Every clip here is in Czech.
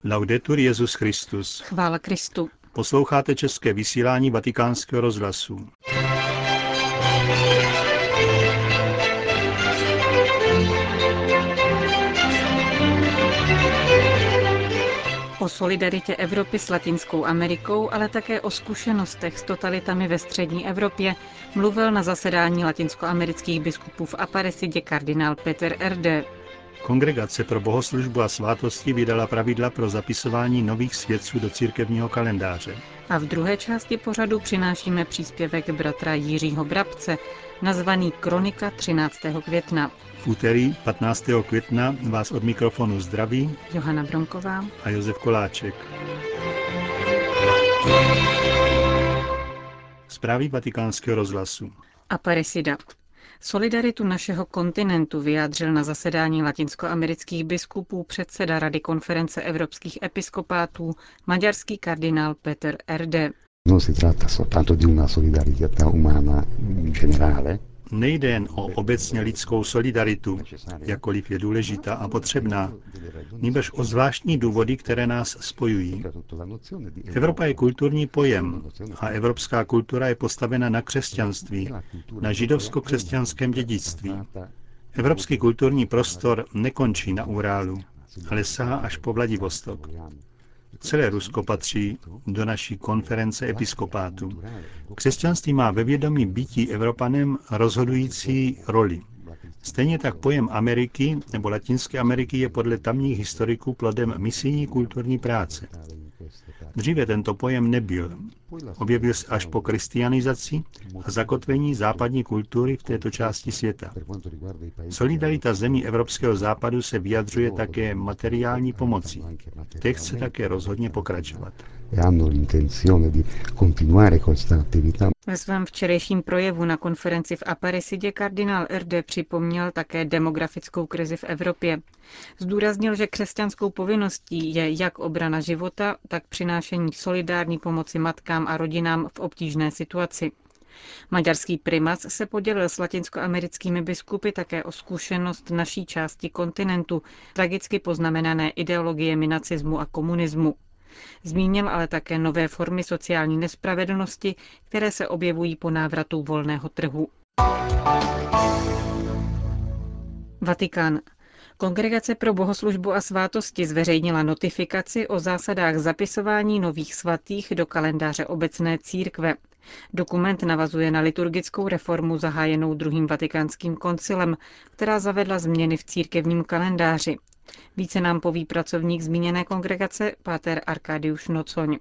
Laudetur Jesus Christus. Chvála Kristu. Posloucháte české vysílání Vatikánského rozhlasu. O solidaritě Evropy s Latinskou Amerikou, ale také o zkušenostech s totalitami ve střední Evropě mluvil na zasedání latinskoamerických biskupů v Aparecidě kardinál Peter Erde. Kongregace pro bohoslužbu a svátosti vydala pravidla pro zapisování nových svědců do církevního kalendáře. A v druhé části pořadu přinášíme příspěvek bratra Jiřího Brabce, nazvaný Kronika 13. května. V úterý 15. května vás od mikrofonu zdraví Johana Bronková a Josef Koláček. Zprávy Vatikánského rozhlasu. Aparecida. Solidaritu našeho kontinentu vyjádřil na zasedání latinskoamerických biskupů předseda Rady konference evropských episkopátů maďarský kardinál Peter Erde. Nejde jen o obecně lidskou solidaritu, jakkoliv je důležitá a potřebná, nýbrž o zvláštní důvody, které nás spojují. Evropa je kulturní pojem a evropská kultura je postavena na křesťanství, na židovsko-křesťanském dědictví. Evropský kulturní prostor nekončí na Urálu, ale sahá až po Vladivostok. Celé Rusko patří do naší konference episkopátů. Křesťanství má ve vědomí bytí Evropanem rozhodující roli. Stejně tak pojem Ameriky nebo Latinské Ameriky je podle tamních historiků plodem misijní kulturní práce. Dříve tento pojem nebyl. Objevil se až po kristianizaci a zakotvení západní kultury v této části světa. Solidarita zemí Evropského západu se vyjadřuje také materiální pomocí. Té chce také rozhodně pokračovat. Ve svém včerejším projevu na konferenci v Aparecidě kardinál Erde připomněl také demografickou krizi v Evropě. Zdůraznil, že křesťanskou povinností je jak obrana života, tak přinášení solidární pomoci matkám a rodinám v obtížné situaci. Maďarský primas se podělil s latinskoamerickými biskupy také o zkušenost naší části kontinentu, tragicky poznamenané ideologiemi nacismu a komunismu. Zmínil ale také nové formy sociální nespravedlnosti, které se objevují po návratu volného trhu. Vatikán. Kongregace pro bohoslužbu a svátosti zveřejnila notifikaci o zásadách zapisování nových svatých do kalendáře obecné církve. Dokument navazuje na liturgickou reformu zahájenou druhým vatikánským koncilem, která zavedla změny v církevním kalendáři. Více nám poví pracovník zmíněné kongregace, páter Arkadiusz Nocoń.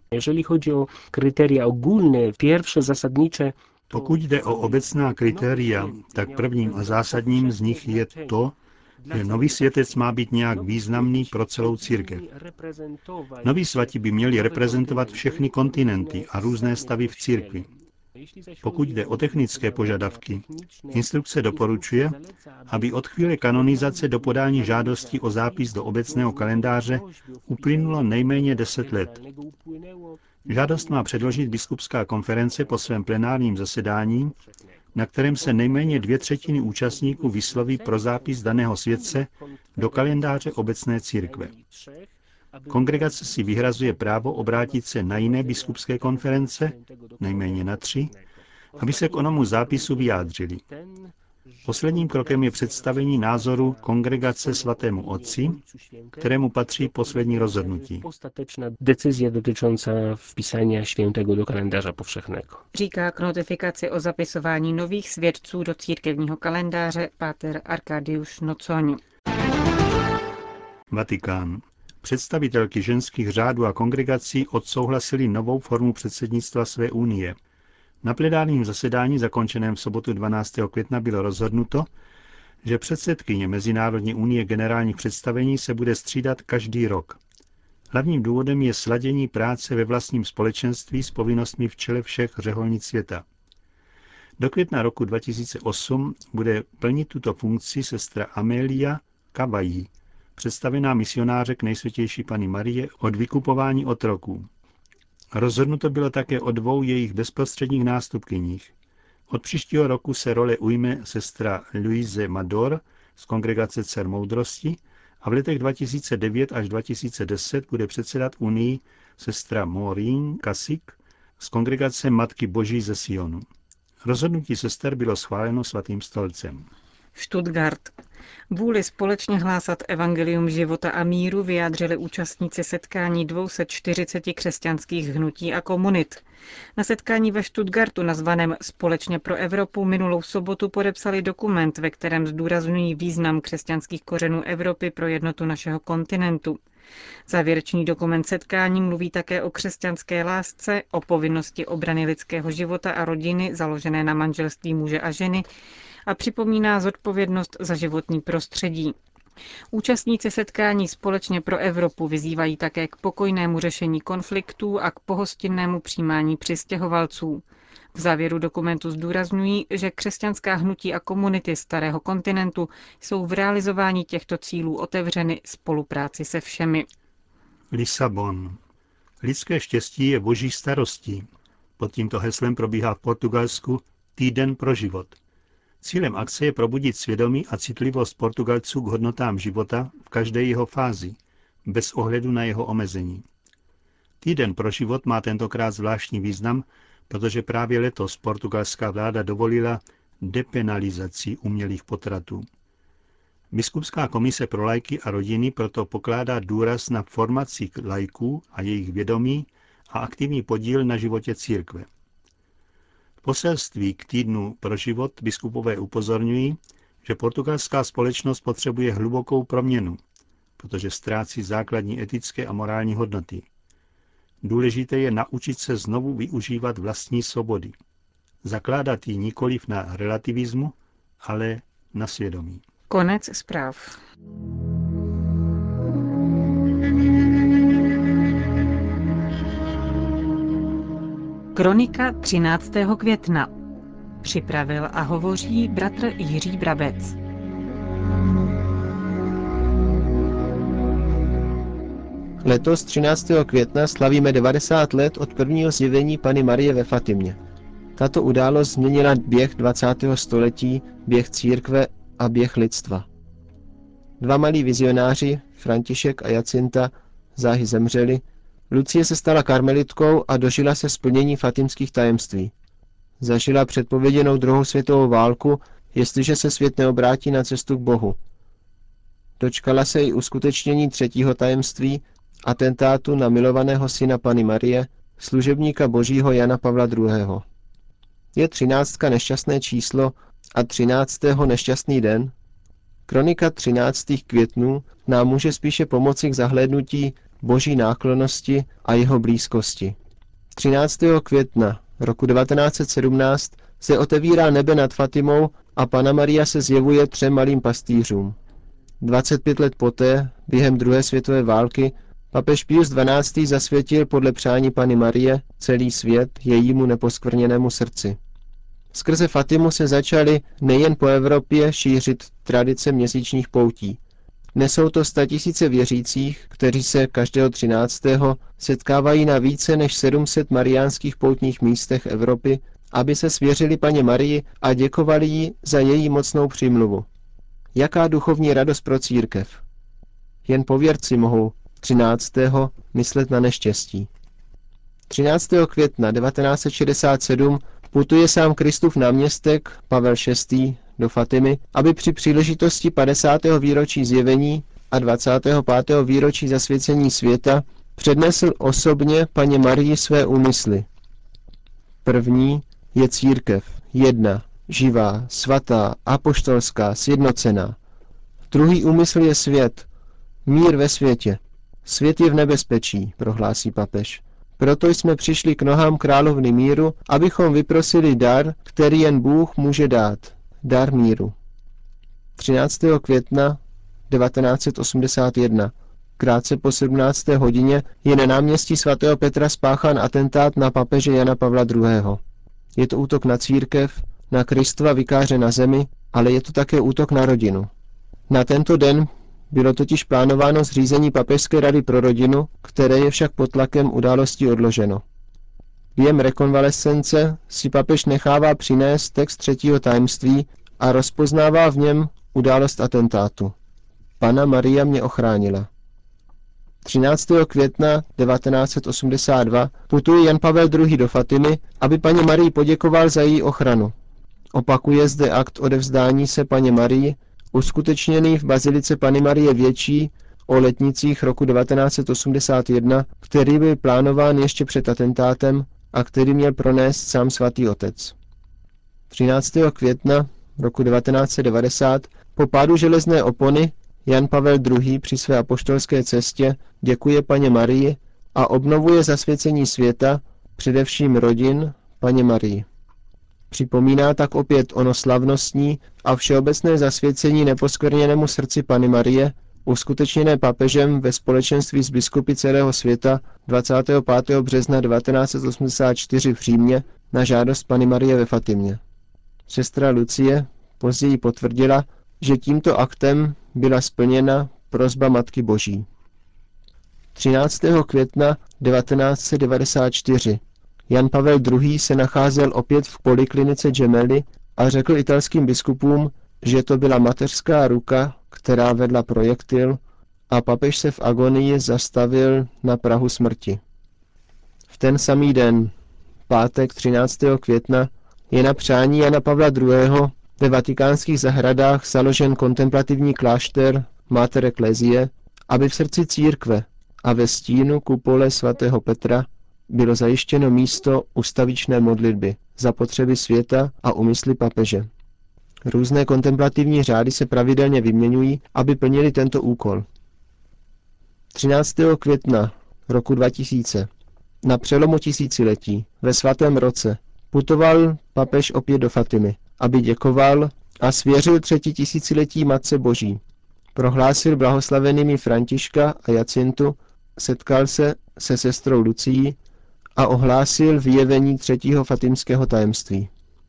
Pokud jde o obecná kritéria, tak prvním a zásadním z nich je to, že nový světec má být nějak významný pro celou církev. Noví svatí by měli reprezentovat všechny kontinenty a různé stavy v církvi. Pokud jde o technické požadavky, instrukce doporučuje, aby od chvíle kanonizace do podání žádosti o zápis do obecného kalendáře uplynulo nejméně 10 let. Žádost má předložit biskupská konference po svém plenárním zasedání, na kterém se nejméně 2/3 účastníků vysloví pro zápis daného světce do kalendáře obecné církve. Kongregace si vyhrazuje právo obrátit se na jiné biskupské konference, nejméně na 3, aby se k onomu zápisu vyjádřili. Posledním krokem je představení názoru kongregace svatému otci, kterému patří poslední rozhodnutí. Říká k notifikaci o zapisování nových svědců do církevního kalendáře páter Arkadiusz Nocoň. Vatikán. Představitelky ženských řádů a kongregací odsouhlasili novou formu předsednictva své unie. Na plenárním zasedání zakončeném v sobotu 12. května bylo rozhodnuto, že předsedkyně Mezinárodní unie generálních představení se bude střídat každý rok. Hlavním důvodem je sladění práce ve vlastním společenství s povinnostmi v čele všech řeholnic světa. Do května roku 2008 bude plnit tuto funkci sestra Amelia Cavalli, představená misionářek Nejsvětější Panny Marie od vykupování otroků. Rozhodnuto bylo také o 2 jejich bezprostředních nástupkyních. Od příštího roku se role ujme sestra Louise Mador z kongregace Dcer moudrosti a v letech 2009 až 2010 bude předsedat Unii sestra Maureen Kasik z kongregace Matky Boží ze Sionu. Rozhodnutí sester bylo schváleno Svatým stolcem. Stuttgart. Vůli společně hlásat evangelium života a míru vyjádřili účastníci setkání 240 křesťanských hnutí a komunit. Na setkání ve Stuttgartu nazvaném Společně pro Evropu minulou sobotu podepsali dokument, ve kterém zdůrazňují význam křesťanských kořenů Evropy pro jednotu našeho kontinentu. Závěrečný dokument setkání mluví také o křesťanské lásce, o povinnosti obrany lidského života a rodiny založené na manželství muže a ženy a připomíná zodpovědnost za životní prostředí. Účastníci setkání Společně pro Evropu vyzývají také k pokojnému řešení konfliktů a k pohostinnému přijímání přistěhovalců. V závěru dokumentu zdůrazňují, že křesťanská hnutí a komunity starého kontinentu jsou v realizování těchto cílů otevřeny spolupráci se všemi. Lisabon. Lidské štěstí je boží starostí. Pod tímto heslem probíhá v Portugalsku Týden pro život. Cílem akce je probudit svědomí a citlivost Portugalců k hodnotám života v každé jeho fázi, bez ohledu na jeho omezení. Týden pro život má tentokrát zvláštní význam, protože právě letos portugalská vláda dovolila depenalizaci umělých potratů. Biskupská komise pro laiky a rodiny proto pokládá důraz na formaci laiků a jejich vědomí a aktivní podíl na životě církve. V poselství k týdnu pro život biskupové upozorňují, že portugalská společnost potřebuje hlubokou proměnu, protože ztrácí základní etické a morální hodnoty. Důležité je naučit se znovu využívat vlastní svobody. Zakládat ji nikoliv na relativismu, ale na svědomí. Konec zpráv. Kronika 13. května. Připravil a hovoří bratr Jiří Brabec. Letos 13. května slavíme 90 let od prvního zjevení Panny Marie ve Fatimě. Tato událost změnila běh 20. století, běh církve a běh lidstva. Dva malí vizionáři, František a Jacinta, záhy zemřeli, Lucie se stala karmelitkou a dožila se splnění fatimských tajemství. Zažila předpověděnou druhou světovou válku, jestliže se svět neobrátí na cestu k Bohu. Dočkala se i uskutečnění třetího tajemství, atentátu na milovaného syna Panny Marie, služebníka Božího Jana Pavla II. Je 13. nešťastné číslo a 13. nešťastný den. Kronika 13. květnů nám může spíše pomoci k zahlédnutí Boží náklonnosti a jeho blízkosti. 13. května roku 1917 se otevírá nebe nad Fatimou a Panna Maria se zjevuje 3 malým pastýřům. 25 let poté, během druhé světové války, papež Pius XII. Zasvětil podle přání Panny Marie celý svět jejímu neposkvrněnému srdci. Skrze Fatimu se začaly nejen po Evropě šířit tradice měsíčních poutí. Nesou to 100 000 věřících, kteří se každého 13. setkávají na více než 700 mariánských poutních místech Evropy, aby se svěřili Panně Marii a děkovali jí za její mocnou přímluvu. Jaká duchovní radost pro církev! Jen pověrci mohou 13. myslet na neštěstí. 13. května 1967 putuje sám Kristův náměstek Pavel VI. Do Fatimy, aby při příležitosti 50. výročí zjevení a 25. výročí zasvěcení světa přednesl osobně Panně Marii své úmysly. První je církev, jedna, živá, svatá, apoštolská, sjednocená. Druhý úmysl je svět, mír ve světě. Svět je v nebezpečí, prohlásí papež. Proto jsme přišli k nohám královny míru, abychom vyprosili dar, který jen Bůh může dát. Dar míru. 13. května 1981. Krátce po 17. hodině je na náměstí sv. Petra spáchán atentát na papeže Jana Pavla II. Je to útok na církev, na Kristova vikáře na zemi, ale je to také útok na rodinu. Na tento den bylo totiž plánováno zřízení papežské rady pro rodinu, které je však pod tlakem událostí odloženo. Během rekonvalescence si papež nechává přinést text třetího tajemství a rozpoznává v něm událost atentátu. Panna Maria mě ochránila. 13. května 1982 putuje Jan Pavel II. Do Fatimy, aby paně Marii poděkoval za její ochranu. Opakuje zde akt odevzdání se paně Marii, uskutečněný v bazilice Panny Marie Větší o letnicích roku 1981, který byl plánován ještě před atentátem a který měl pronést sám svatý otec. 13. května roku 1990 po pádu železné opony Jan Pavel II. Při své apoštolské cestě děkuje paně Marii a obnovuje zasvěcení světa, především rodin, paně Marii. Připomíná tak opět ono slavnostní a všeobecné zasvěcení neposkvrněnému srdci Panny Marie, uskutečněné papežem ve společenství s biskupy celého světa 25. března 1984 v Římě na žádost Panny Marie ve Fatimě. Sestra Lucie později potvrdila, že tímto aktem byla splněna prosba Matky Boží. 13. května 1994 Jan Pavel II. Se nacházel opět v poliklinice Gemelli a řekl italským biskupům, že to byla mateřská ruka, která vedla projektil, a papež se v agonii zastavil na prahu smrti. V ten samý den, pátek 13. května, je na přání Jana Pavla II. Ve vatikánských zahradách založen kontemplativní klášter Mater Ecclesiae, aby v srdci církve a ve stínu kupole svatého Petra bylo zajištěno místo ustavičné modlitby za potřeby světa a úmysly papeže. Různé kontemplativní řády se pravidelně vyměňují, aby plnili tento úkol. 13. května roku 2000, na přelomu tisíciletí, ve svatém roce, putoval papež opět do Fatimy, aby děkoval a svěřil 3. tisíciletí Matce Boží. Prohlásil blahoslavenými Františka a Jacintu, setkal se se sestrou Lucií a ohlásil vyjevení 3. fatimského tajemství.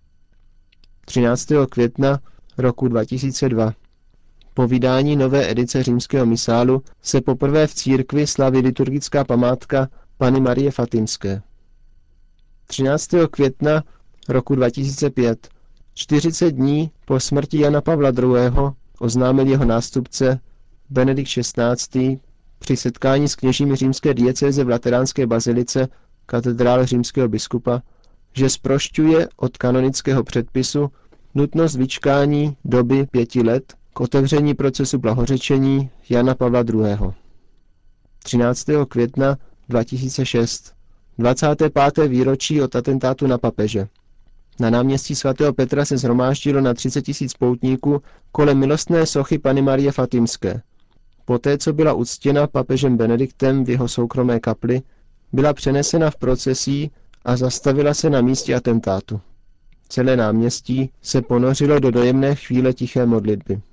13. května roku 2002. Po vydání nové edice římského misálu se poprvé v církvi slaví liturgická památka Panny Marie Fatimské. 13. května roku 2005, 40 dní po smrti Jana Pavla II., oznámil jeho nástupce Benedikt XVI. Při setkání s kněžími římské diecéze v Lateránské bazilice katedrály římského biskupa, že zprošťuje od kanonického předpisu nutnost vyčkání doby 5 let k otevření procesu blahořečení Jana Pavla II. 13. května 2006, 25. výročí od atentátu na papeže. Na náměstí svatého Petra se shromáždilo na 30 000 poutníků kolem milostné sochy Panny Marie Fatimské. Poté, co byla uctěna papežem Benediktem v jeho soukromé kapli, byla přenesena v procesí a zastavila se na místě atentátu. Celé náměstí se ponořilo do dojemné chvíle tiché modlitby.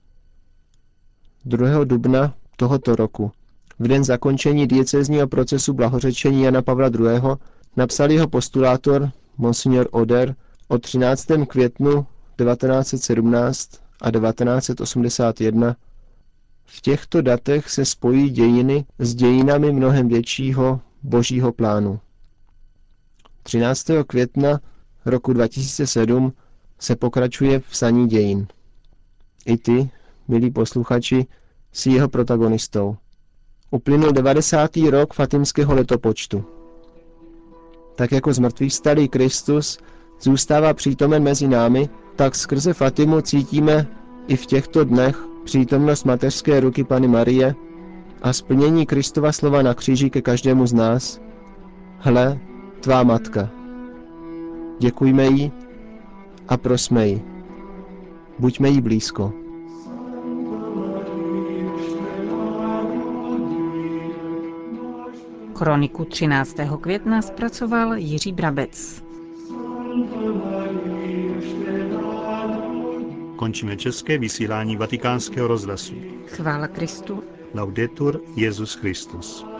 2. dubna tohoto roku, v den zakončení diecézního procesu blahořečení Jana Pavla II., napsal jeho postulátor Monsignor Oder o 13. květnu 1917 a 1981. V těchto datech se spojí dějiny s dějinami mnohem většího božího plánu. 13. května roku 2007 se pokračuje v psaní dějin. I ty, milí posluchači, jsi jeho protagonistou. Uplynul 90. rok fatimského letopočtu. Tak jako zmrtvýchvstalý Kristus zůstává přítomen mezi námi, tak skrze Fatimu cítíme i v těchto dnech přítomnost mateřské ruky Panny Marie a splnění Kristova slova na kříži ke každému z nás. Hle, tvá matka. Děkujme jí a prosme ji. Buďme jí blízko. Kroniku 13. května zpracoval Jiří Brabec. Končíme české vysílání Vatikánského rozhlasu. Chvála Kristu. Laudetur Jesus Christus.